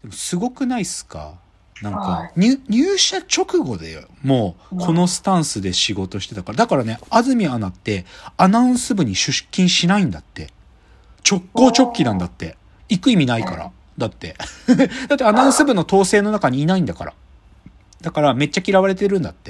すごくないっすか？なんか、 はい、 入社直後でよ、もう、このスタンスで仕事してたから。だからね、安住アナって、アナウンス部に出勤しないんだって。直行直帰なんだって。行く意味ないから。だって。だってアナウンス部の統制の中にいないんだから。だから、めっちゃ嫌われてるんだって。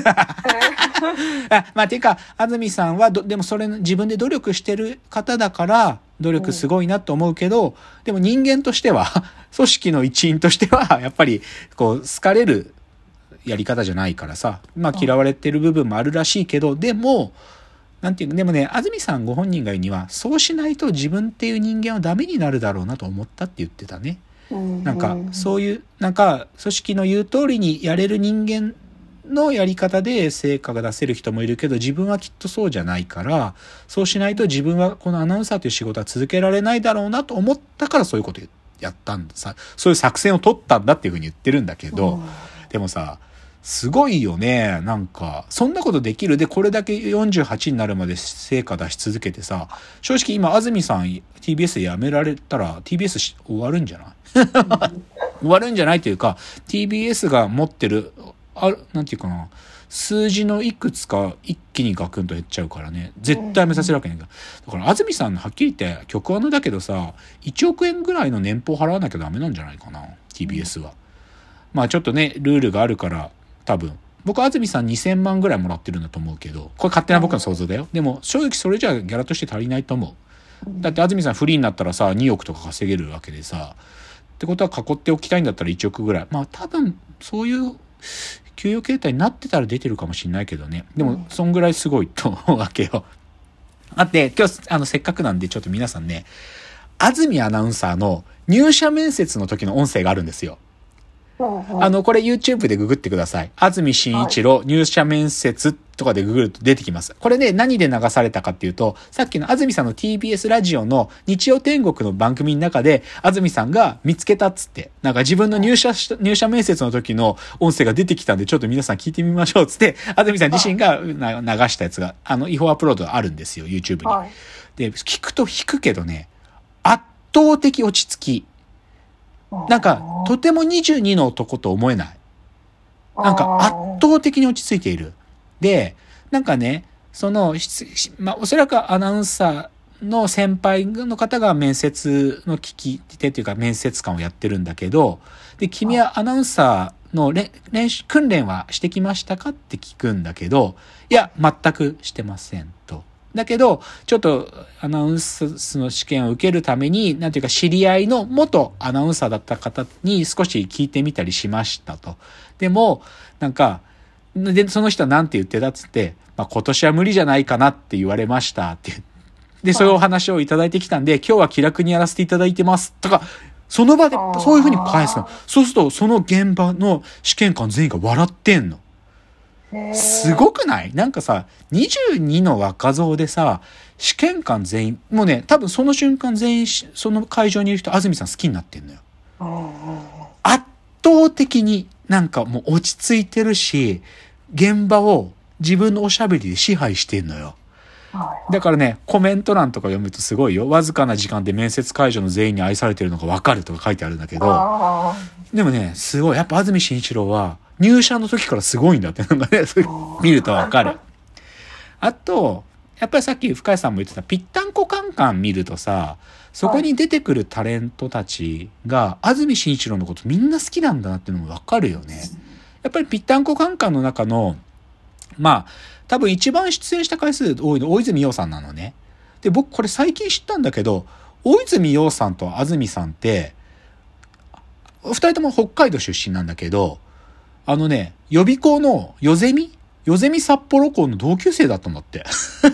まあ、ていうか、安住さんはでもそれ、自分で努力してる方だから、努力すごいなと思うけど、でも人間としては、組織の一員としては、やっぱり、こう、好かれるやり方じゃないからさ、まあ嫌われてる部分もあるらしいけど、でも、なんていうの、でもね、安住さんご本人が言うには、そうしないと自分っていう人間はダメになるだろうなと思ったって言ってたね。なんか、そういう、なんか、組織の言う通りにやれる人間のやり方で成果が出せる人もいるけど、自分はきっとそうじゃないから、そうしないと自分はこのアナウンサーという仕事は続けられないだろうなと思ったからそういうことやったんださ。そういう作戦を取ったんだっていうふうに言ってるんだけど、でもさ、すごいよね。なんか、そんなことできる。で、これだけ48になるまで成果出し続けてさ、正直今、安住さん TBS で辞められたら TBS 終わるんじゃない終わるんじゃないというか、TBS が持ってる、なんていうかな、数字のいくつか一気にガクンと減っちゃうからね。絶対目指せるわけないから。だから安住さんはっきり言って局アナだけどさ、1億円ぐらいの年俸払わなきゃダメなんじゃないかな、TBS は。まあちょっとね、ルールがあるから、多分。僕、安住さん2000万ぐらいもらってるんだと思うけど、これ勝手な僕の想像だよ。でも、正直それじゃギャラとして足りないと思う。だって安住さんフリーになったらさ、2億とか稼げるわけでさ、ってことは囲っておきたいんだったら1億ぐらい。まあ多分、そういう給与形態になってたら出てるかもしれないけどね。でも、そんぐらいすごいと思うわけよ。あって、今日、せっかくなんで、ちょっと皆さんね、安住アナウンサーの入社面接の時の音声があるんですよ。これ YouTube でググってください。安住紳一郎入社面接とかでググると出てきます。これね、何で流されたかっていうと、さっきの安住さんの TBS ラジオの日曜天国の番組の中で、安住さんが見つけたっつって、なんか自分の入社面接の時の音声が出てきたんで、ちょっと皆さん聞いてみましょうっつって、安住さん自身が流したやつが、違法アップロードあるんですよ、YouTube に。で、聞くと弾くけどね、圧倒的落ち着き。なんか、とても22の男と思えない。なんか、圧倒的に落ち着いている。で、なんかね、まあ、おそらくアナウンサーの先輩の方が面接の聞き手というか面接官をやってるんだけど、で、君はアナウンサーの訓練はしてきましたかって聞くんだけど、いや、全くしてませんと。だけど、ちょっとアナウンスの試験を受けるために、なんていうか知り合いの元アナウンサーだった方に少し聞いてみたりしましたと。でも、なんか、で、その人はなんて言ってたっつって、まあ、今年は無理じゃないかなって言われましたって。で、そういうお話をいただいてきたんで、今日は気楽にやらせていただいてますとか、その場でそういうふうに返すの。そうすると、その現場の試験官全員が笑ってんの。すごくない？なんかさ、22の若造でさ、試験官全員、もうね、多分その瞬間全員、その会場にいる人、安住さん好きになってんのよ。圧倒的になんかもう落ち着いてるし、現場を自分のおしゃべりで支配してんのよ。だからね、コメント欄とか読むとすごいよ。わずかな時間で面接会場の全員に愛されてるのがわかるとか書いてあるんだけど、でもね、すごい。やっぱ安住紳一郎は入社の時からすごいんだって、なんかね、それ見るとわかる。あと、やっぱりさっき深谷さんも言ってたぴったんこカンカン見るとさ、そこに出てくるタレントたちが安住紳一郎のことみんな好きなんだなっていうのもわかるよね。やっぱりぴったんこカンカンの中の、まあ、多分一番出演した回数多いの大泉洋さんなのね。で、僕これ最近知ったんだけど、大泉洋さんと安住さんって、二人とも北海道出身なんだけど、予備校のヨゼミ札幌校の同級生だったんだって。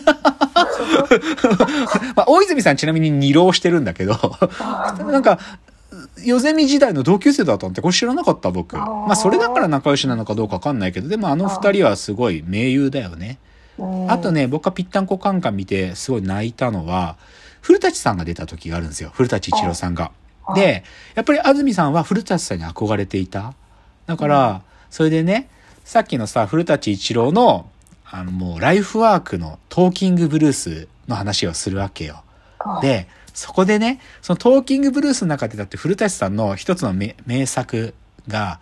まあ、大泉さんちなみに二浪してるんだけど、なんか、ヨゼミ時代の同級生だったんって、これ知らなかった僕。まあそれだから仲良しなのかどうかわかんないけど、でもあの二人はすごい盟友だよね。あとね、僕がぴったんこカンカン見てすごい泣いたのは、古舘さんが出た時があるんですよ。古舘一郎さんが。で、やっぱり安住さんは古舘さんに憧れていた。だから、それでね、さっきのさ、古舘一郎の、もうライフワークのトーキングブルースの話をするわけよ。で、 そこでね、そのトーキングブルースの中でだって古舘さんの一つの名作が、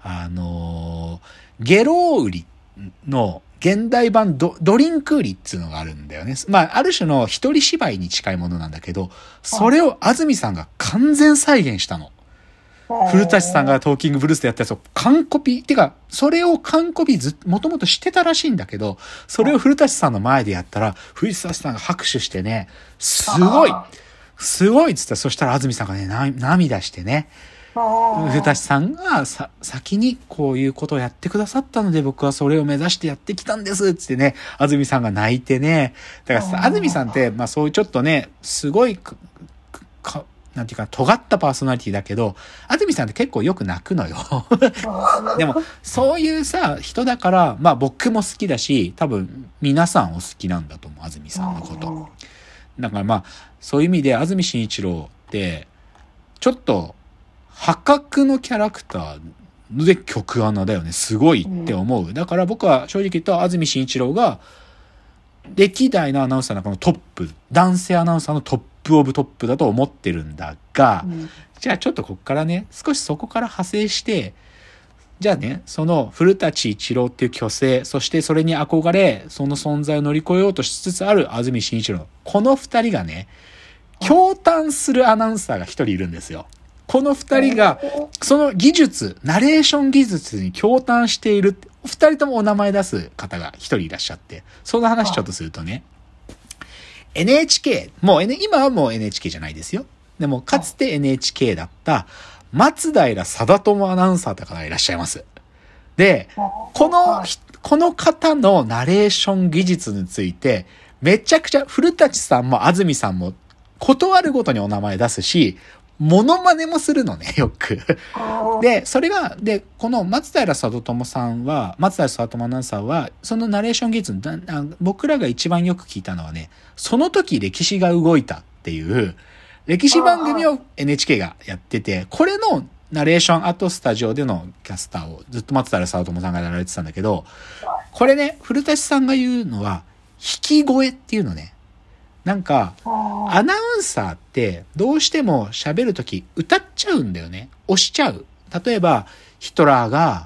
ゲロウリの現代版ドリンク売りっていうのがあるんだよね。まあ、ある種の一人芝居に近いものなんだけど、それを安住さんが完全再現したの。古舘さんがトーキングブルースでやったやつを完コピ、てか、それを完コピもともとしてたらしいんだけど、それを古舘さんの前でやったら、古舘さんが拍手してね、すごいっつったら、そしたら安住さんがね、涙してね、古舘さんが先にこういうことをやってくださったので僕はそれを目指してやってきたんですっつってね、安住さんが泣いてね。だからさ、安住さんって、まあそういうちょっとね、すごいなんていうか、尖ったパーソナリティだけど、安住さんって結構よく泣くのよ。でも、そういうさ、人だから、まあ僕も好きだし、多分皆さんお好きなんだと思う、安住さんのこと。だからまあ、そういう意味で安住紳一郎って、ちょっと、破格のキャラクターで局アナだよね。すごいって思う。だから僕は正直言うと安住紳一郎が歴代のアナウンサーの中のトップ、男性アナウンサーのトップオブトップだと思ってるんだが、じゃあちょっとこっからね、少しそこから派生して、じゃあね、その古舘一郎っていう巨星、そしてそれに憧れ、その存在を乗り越えようとしつつある安住紳一郎。この二人がね、驚嘆するアナウンサーが一人いるんですよ。この二人が、その技術、ナレーション技術に驚嘆している、二人ともお名前出す方が一人いらっしゃって、その話ちょっとするとね、NHK、今はもう NHK じゃないですよ。でも、かつて NHK だった、松平定友アナウンサーとかがいらっしゃいます。で、この方のナレーション技術について、めちゃくちゃ古舘さんも安住さんも、ことあるごとにお名前出すし、モノマネもするのね、よく。で、それが、この松平定友さんは、松平定友アナウンサーは、そのナレーション技術、僕らが一番よく聞いたのはね、その時歴史が動いたっていう、歴史番組を NHK がやってて、これのナレーション、あとスタジオでのキャスターをずっと松平定友さんがやられてたんだけど、これね、古舘さんが言うのは、引き声っていうのね。なんか、アナウンサーってどうしても喋るとき歌っちゃうんだよね。押しちゃう。例えば、ヒトラーが、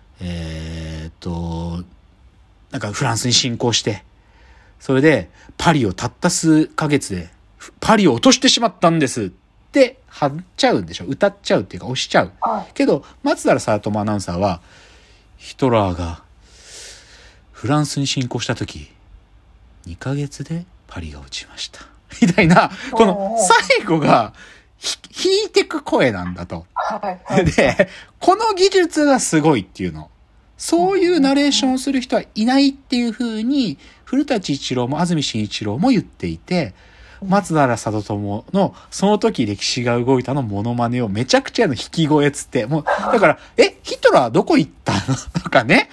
なんかフランスに侵攻して、それでパリをたった数ヶ月で、パリを落としてしまったんですって貼っちゃうんでしょ。歌っちゃうっていうか押しちゃう。けど、松平定友アナウンサーは、ヒトラーがフランスに侵攻したとき、2ヶ月でパリが落ちました。みたいな、この最後が引いてく声なんだと。で、この技術がすごいっていうの。そういうナレーションをする人はいないっていう風に、古舘一郎も安住紳一郎も言っていて、松平定友のその時歴史が動いたのモノマネをめちゃくちゃの引き声つって、もう、だから、ヒトラーどこ行ったのとかね。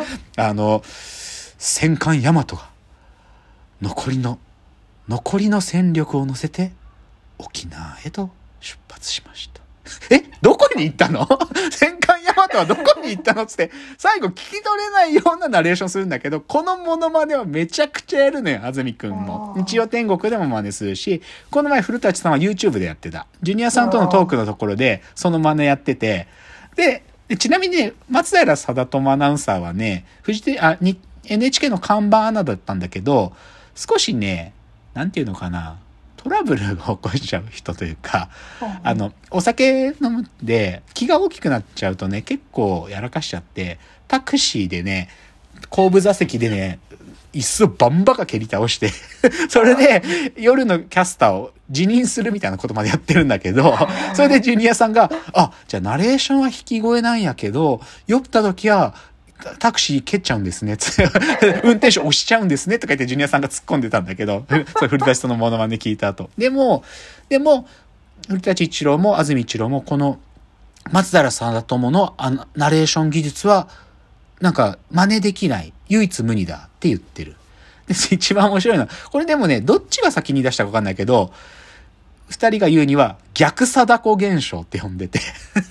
戦艦大和が残りの戦力を乗せて沖縄へと出発しました。どこに行ったの戦艦大和はどこに行ったのつって、最後聞き取れないようなナレーションするんだけど、このモノマネはめちゃくちゃやるのよ、安住くんも。日曜天国でも真似するし、この前古舘さんは YouTube でやってた。ジュニアさんとのトークのところで、その真似やってて、で、ちなみにね、松平定友アナウンサーはね、NHK の看板アナだったんだけど、少しね、なんていうのかな、トラブルが起こしちゃう人というか、お酒飲むで気が大きくなっちゃうとね、結構やらかしちゃって、タクシーでね、後部座席でね、椅子をバンバカ蹴り倒して、それで夜のキャスターを辞任するみたいなことまでやってるんだけど、それでジュニアさんが、じゃあナレーションは引き声なんやけど、酔った時は、タクシー蹴っちゃうんですね。運転手押しちゃうんですね。とか言ってジュニアさんが突っ込んでたんだけど、それ古舘さんのモノマネ聞いた後。でも、古舘一郎も安住一郎もこの松平定友のナレーション技術は、なんか真似できない。唯一無二だって言ってる。で、一番面白いのは、これでもね、どっちが先に出したかわかんないけど、二人が言うには逆貞子現象って呼んでて。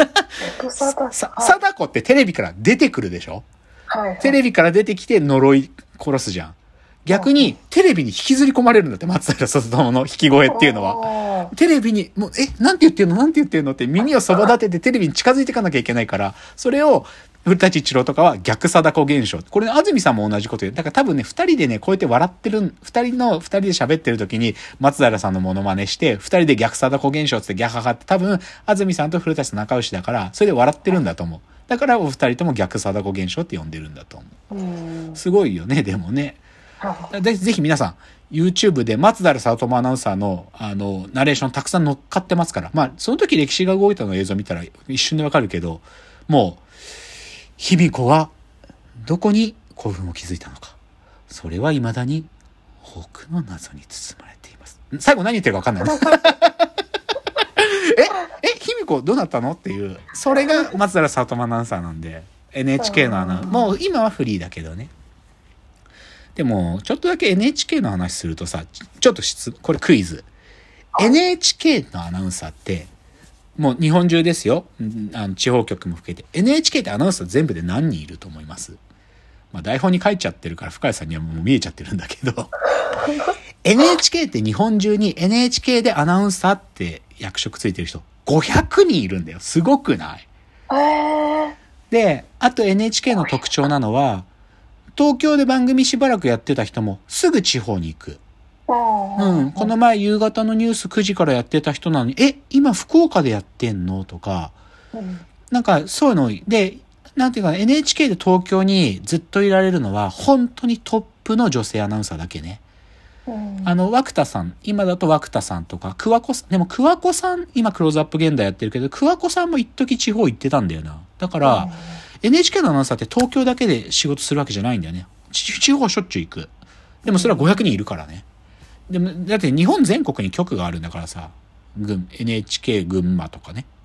貞子ってテレビから出てくるでしょ？テレビから出てきて呪い殺すじゃん。 逆にテレビに引きずり込まれるんだって、松平定友の引き声っていうのは。テレビに、もう、なんて言ってんのなんて言ってんのって耳をそば立ててテレビに近づいていかなきゃいけないから、それを、古舘一郎とかは逆貞子現象。これね、安住さんも同じこと言う。だから多分ね、二人でね、こうやって笑ってる、二人で喋ってる時に、松平さんのモノマネして、二人で逆貞子現象ってギャハハって多分、安住さんと古舘さん仲良しだから、それで笑ってるんだと思う。だからお二人とも逆貞子現象って呼んでるんだと思う。すごいよね、でもね。ぜひ皆さん、YouTube で松平定友アナウンサーの、ナレーションたくさん乗っかってますから。まあ、その時歴史が動いたの映像見たら一瞬でわかるけど、もう、卑弥呼はどこに興奮を築いたのか。それは未だに多くの謎に包まれています。最後何言ってるかわかんない。卑弥呼どうなったのっていう。それが松平定友アナウンサーなんで、NHK のもう今はフリーだけどね。でも、ちょっとだけ NHK の話するとさ、ちょっとこれクイズ。NHK のアナウンサーって、もう日本中ですよ。地方局も含めて。NHK ってアナウンサー全部で何人いると思います？まあ台本に書いちゃってるから深谷さんにはもう見えちゃってるんだけど。NHK って日本中に NHK でアナウンサーって役職ついてる人500人いるんだよ。すごくない？で、あと NHK の特徴なのは、東京で番組しばらくやってた人もすぐ地方に行く。この前夕方のニュース9時からやってた人なのに、今福岡でやってんのとか、なんかそういうので、なんていうか NHK で東京にずっといられるのは本当にトップの女性アナウンサーだけね。涌田さん、今だと涌田さんとか、桑子さん、でも桑子さん、今クローズアップ現代やってるけど、桑子さんも一時地方行ってたんだよな。だから、NHK のアナウンサーって東京だけで仕事するわけじゃないんだよね。地方しょっちゅう行く。でもそれは500人いるからね。でも、だって日本全国に局があるんだからさ、NHK 群馬とかね。